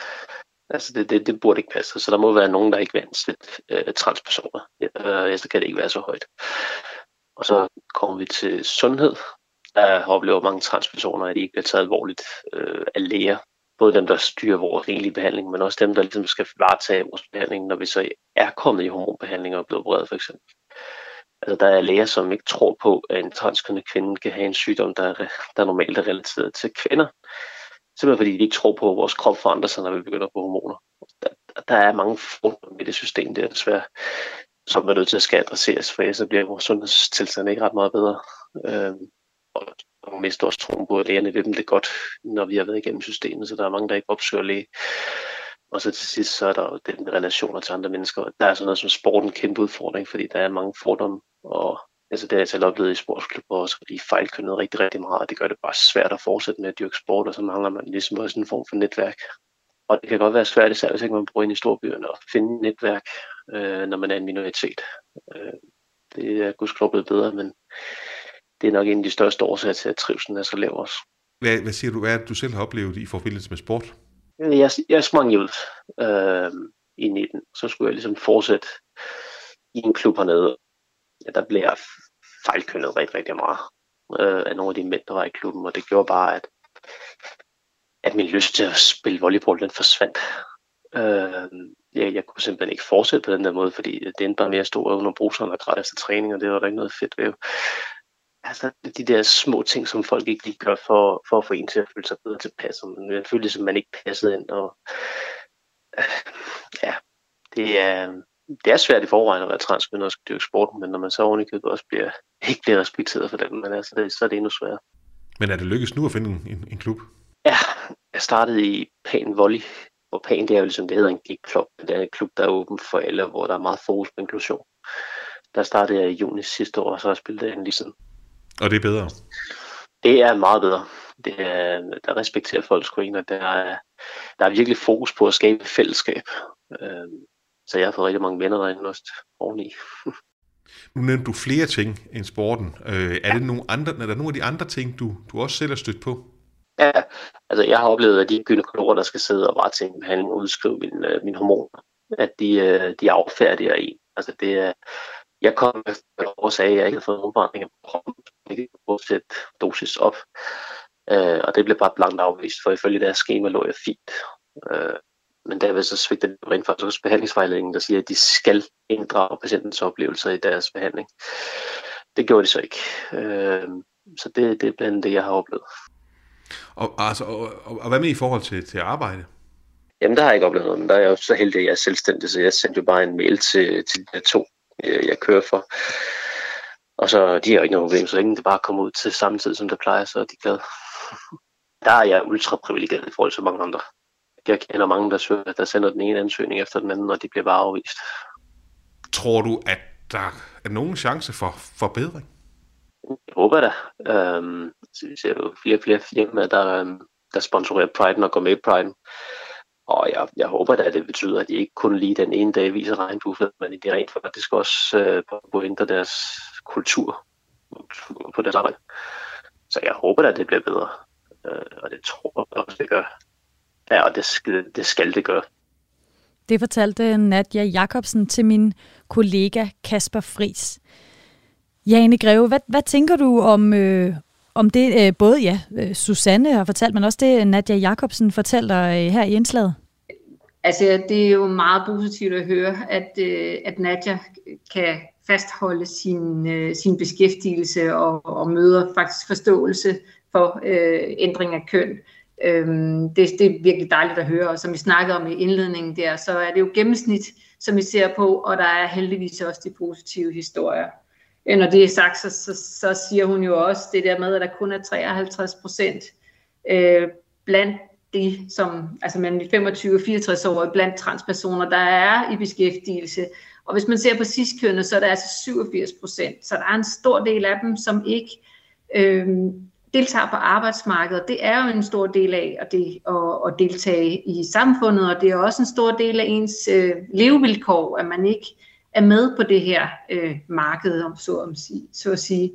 Altså det, det, det burde ikke passe, så der må være nogen, der ikke vil ansætte øh, transpersoner, øh, så kan det ikke være så højt. Og så kommer vi til sundhed. Der oplever mange transpersoner, at de ikke bliver taget alvorligt øh, af læger. Både dem, der styrer vores egentlige behandling, men også dem, der ligesom skal varetage vores behandling, når vi så er kommet i hormonbehandling og blevet opereret for eksempel. Altså der er læger, som ikke tror på, at en transkønnet kvinde kan have en sygdom, der, er, der normalt er relateret til kvinder. Simpelthen fordi de ikke tror på, at vores krop forandrer sig, når vi begynder på hormoner. Der, der er mange fordomme i det system, der desværre, som er nødt til at skal adresseres, for ellers så bliver vores sundhedstilstand ikke ret meget bedre. Øhm, og mister også troen på, at lægerne ved dem det godt, når vi har været igennem systemet, så der er mange, der ikke opsøger læge. Og så til sidst, så er der jo det med relationer til andre mennesker. Der er sådan noget som sport en kæmpe udfordring, fordi der er mange fordomme, og altså det har jeg selv oplevet i sportsklubber også, fordi fejlkønnet rigtig, rigtig meget, og det gør det bare svært at fortsætte med at dyrke sport, og så mangler man ligesom også en form for netværk. Og det kan godt være svært, især hvis ikke man bor inde i storbyerne, at finde netværk, øh, når man er en minoritet. Øh, det er gudskelov blevet bedre, men det er nok en af de største årsager til, at trivselen er så lav også. Hvad, hvad siger du, hvad er det, du selv har oplevet i forbindelse med sport? Jeg, jeg sprang ud øh, i nitten, så skulle jeg ligesom fortsætte i en klub hernede. Ja, der blev jeg fejlkønnet rigtig, rigtig meget øh, af nogle af de mænd, der var i klubben, og det gjorde bare, at, at min lyst til at spille volleyball, den forsvandt. Øh, jeg, jeg kunne simpelthen ikke fortsætte på den der måde, fordi det endte bare mere at stå under bruseren og græde efter træning, og det var der ikke noget fedt ved. Altså de der små ting, som folk ikke lige gør for, for at få en til at føle sig bedre tilpas. Men jeg følte, at man ikke passede ind. Og, øh, ja, det er, det er svært i forvejen at være transkønnet og skal dyrke sporten, men når man så ovenikøbet også bliver, ikke bliver respekteret for den, man er, så, det, så er det endnu sværere. Men er det lykkedes nu at finde en, en, en klub? Ja, jeg startede i Pan Volley, hvor Pan det er jo ligesom, det hedder en gigklub. Det er en klub, der er åben for alle, hvor der er meget fokus på inklusion. Der startede jeg i juni sidste år, og så har jeg spillet den lige siden. Og det er bedre? Det er meget bedre. Det er, der respekterer folk sgu ikke, og der er, der er virkelig fokus på at skabe fællesskab. Så jeg har fået rigtig mange venner derinde også oveni. Nu nævnte du flere ting end sporten. Øh, er, det nogle andre, er der nogle af de andre ting, du, du også selv har stødt på? Ja, altså jeg har oplevet, at de gynækologer, der skal sidde og bare tænke behandling og udskrive mine, øh, mine hormoner, at de, de affærdiger en. Altså det er, jeg kom efter et år og sagde, at jeg ikke havde fået nogen forandringer på kroppen, jeg ikke kunne sætte dosis op. Øh, og det blev bare blankt afvist, for ifølge deres skema lå jeg fint. Øh, Men derved så svigter det rent faktisk også behandlingsvejledningen, der siger, at de skal inddrage patientens oplevelser i deres behandling. Det gjorde de så ikke. Så det, det er blandt andet det, jeg har oplevet. Og, altså, og, og, og hvad med i forhold til, til arbejde? Jamen, der har jeg ikke oplevet noget, men der er jeg jo så heldig, at jeg er selvstændig, så jeg sendte jo bare en mail til, til de to, jeg kører for. Og så de har jo ikke noget problem, så længe det bare kommer ud til samme tid, som det plejer, så er de glade. Der er jeg ultra privilegeret i forhold til mange andre. Jeg kender mange, der, søger, der sender den ene ansøgning efter den anden, og de bliver bare afvist. Tror du, at der er nogen chance for forbedring? Jeg håber da. Øhm, vi ser jo flere og flere firmaer, der, der sponsorerer Pride'en og går med i Pride'en. Og jeg, jeg håber da, at det betyder, at de ikke kun lige den ene dag viser regnbueflad, men de rent faktisk også øh, på at ændre deres kultur på deres arbejde. Så jeg håber da, at det bliver bedre. Øh, og det tror jeg også, det gør. Ja, og det skal, det skal det gøre. Det fortalte Nadia Jacobsen til min kollega Kasper Friis. Jane Greve, hvad, hvad tænker du om, øh, om det, øh, både ja, Susanne har fortalt, men også det Nadia Jacobsen fortæller øh, her i indslaget? Altså, det er jo meget positivt at høre, at, øh, at Nadia kan fastholde sin, øh, sin beskæftigelse og, og møder faktisk forståelse for øh, ændring af køn. Øhm, det, det er virkelig dejligt at høre, og som vi snakkede om i indledningen der, så er det jo gennemsnit, som vi ser på, og der er heldigvis også de positive historier. Når det er sagt, så, så, så siger hun jo også det der med, at der kun er treoghalvtreds procent øh, blandt de, som, altså mellem femogtyve og fireogtres år, blandt transpersoner, der er i beskæftigelse. Og hvis man ser på cis-kønnet, så er der altså syvogfirs procent. Så der er en stor del af dem, som ikke øh, deltager på arbejdsmarkedet. Det er jo en stor del af at, det, at, at deltage i samfundet, og det er også en stor del af ens øh, levevilkår, at man ikke er med på det her øh, marked, om så, om, så at sige.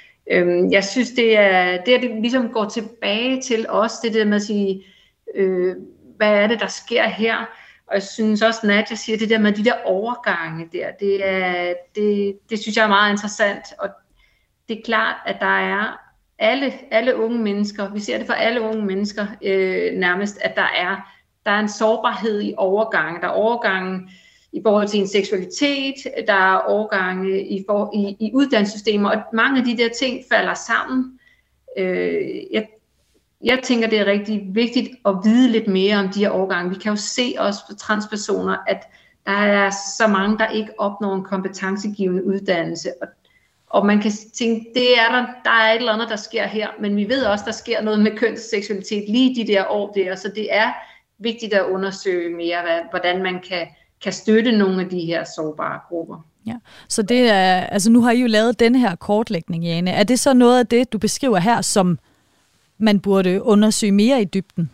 Øhm, jeg synes, det er det, er, det ligesom går tilbage til os, det der med at sige, øh, hvad er det, der sker her? Og jeg synes også, Nadia siger, det der med de der overgange der, det, er, det, det synes jeg er meget interessant, og det er klart, at der er alle, alle unge mennesker, vi ser det for alle unge mennesker øh, nærmest, at der er, der er en sårbarhed i overgange, der er overgange i forhold til en seksualitet, der er overgange i, for, i, i uddannelsessystemer, og mange af de der ting falder sammen. Øh, jeg, jeg tænker, det er rigtig vigtigt at vide lidt mere om de her overgange. Vi kan jo se også for transpersoner, at der er så mange, der ikke opnår en kompetencegivende uddannelse, og, og man kan tænke, det er der, der er et eller andet, der sker her, men vi ved også, der sker noget med kønsseksualitet lige de der år der, så det er vigtigt at undersøge mere, hvad, hvordan man kan kan støtte nogle af de her sårbare grupper. Ja, så det er, altså nu har I jo lavet denne her kortlægning, Jane. Er det så noget af det, du beskriver her, som man burde undersøge mere i dybden?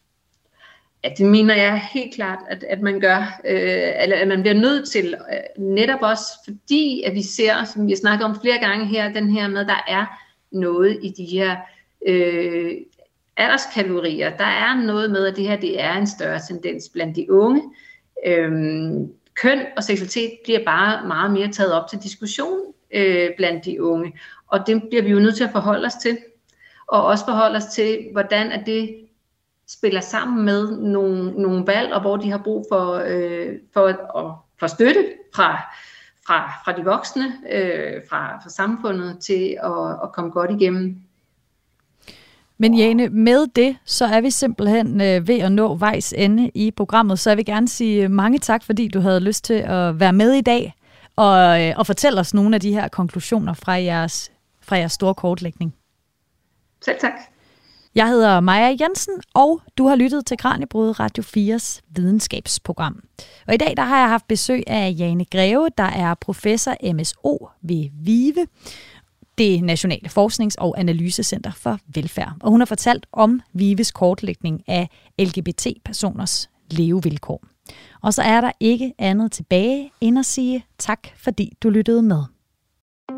Ja, det mener jeg helt klart, at, at man gør, øh, eller at man bliver nødt til, øh, netop også fordi, at vi ser, som vi har snakket om flere gange her, den her med, der er noget i de her øh, alderskategorier. Der er noget med, at det her det er en større tendens blandt de unge. Øhm, køn og seksualitet bliver bare meget mere taget op til diskussion øh, blandt de unge, og det bliver vi jo nødt til at forholde os til, og også forholde os til, hvordan at det spiller sammen med nogle, nogle valg, og hvor de har brug for, øh, for, at, for støtte fra, fra, fra de voksne, øh, fra, fra samfundet til at, at komme godt igennem. Men Jane, med det, så er vi simpelthen øh, ved at nå vejs ende i programmet, så jeg vil gerne sige mange tak, fordi du havde lyst til at være med i dag og, øh, og fortælle os nogle af de her konklusioner fra jeres, fra jeres store kortlægning. Selv tak. Jeg hedder Maja Jensen, og du har lyttet til Kraniebrud Radio fires videnskabsprogram. Og i dag der har jeg haft besøg af Jane Greve, der er professor M S O ved VIVE, det Nationale Forsknings- og Analysecenter for Velfærd. Og hun har fortalt om VIVEs kortlægning af L G B T-personers levevilkår. Og så er der ikke andet tilbage end at sige tak, fordi du lyttede med.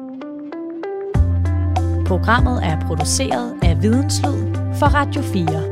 Programmet er produceret af Videnslyd for Radio fire.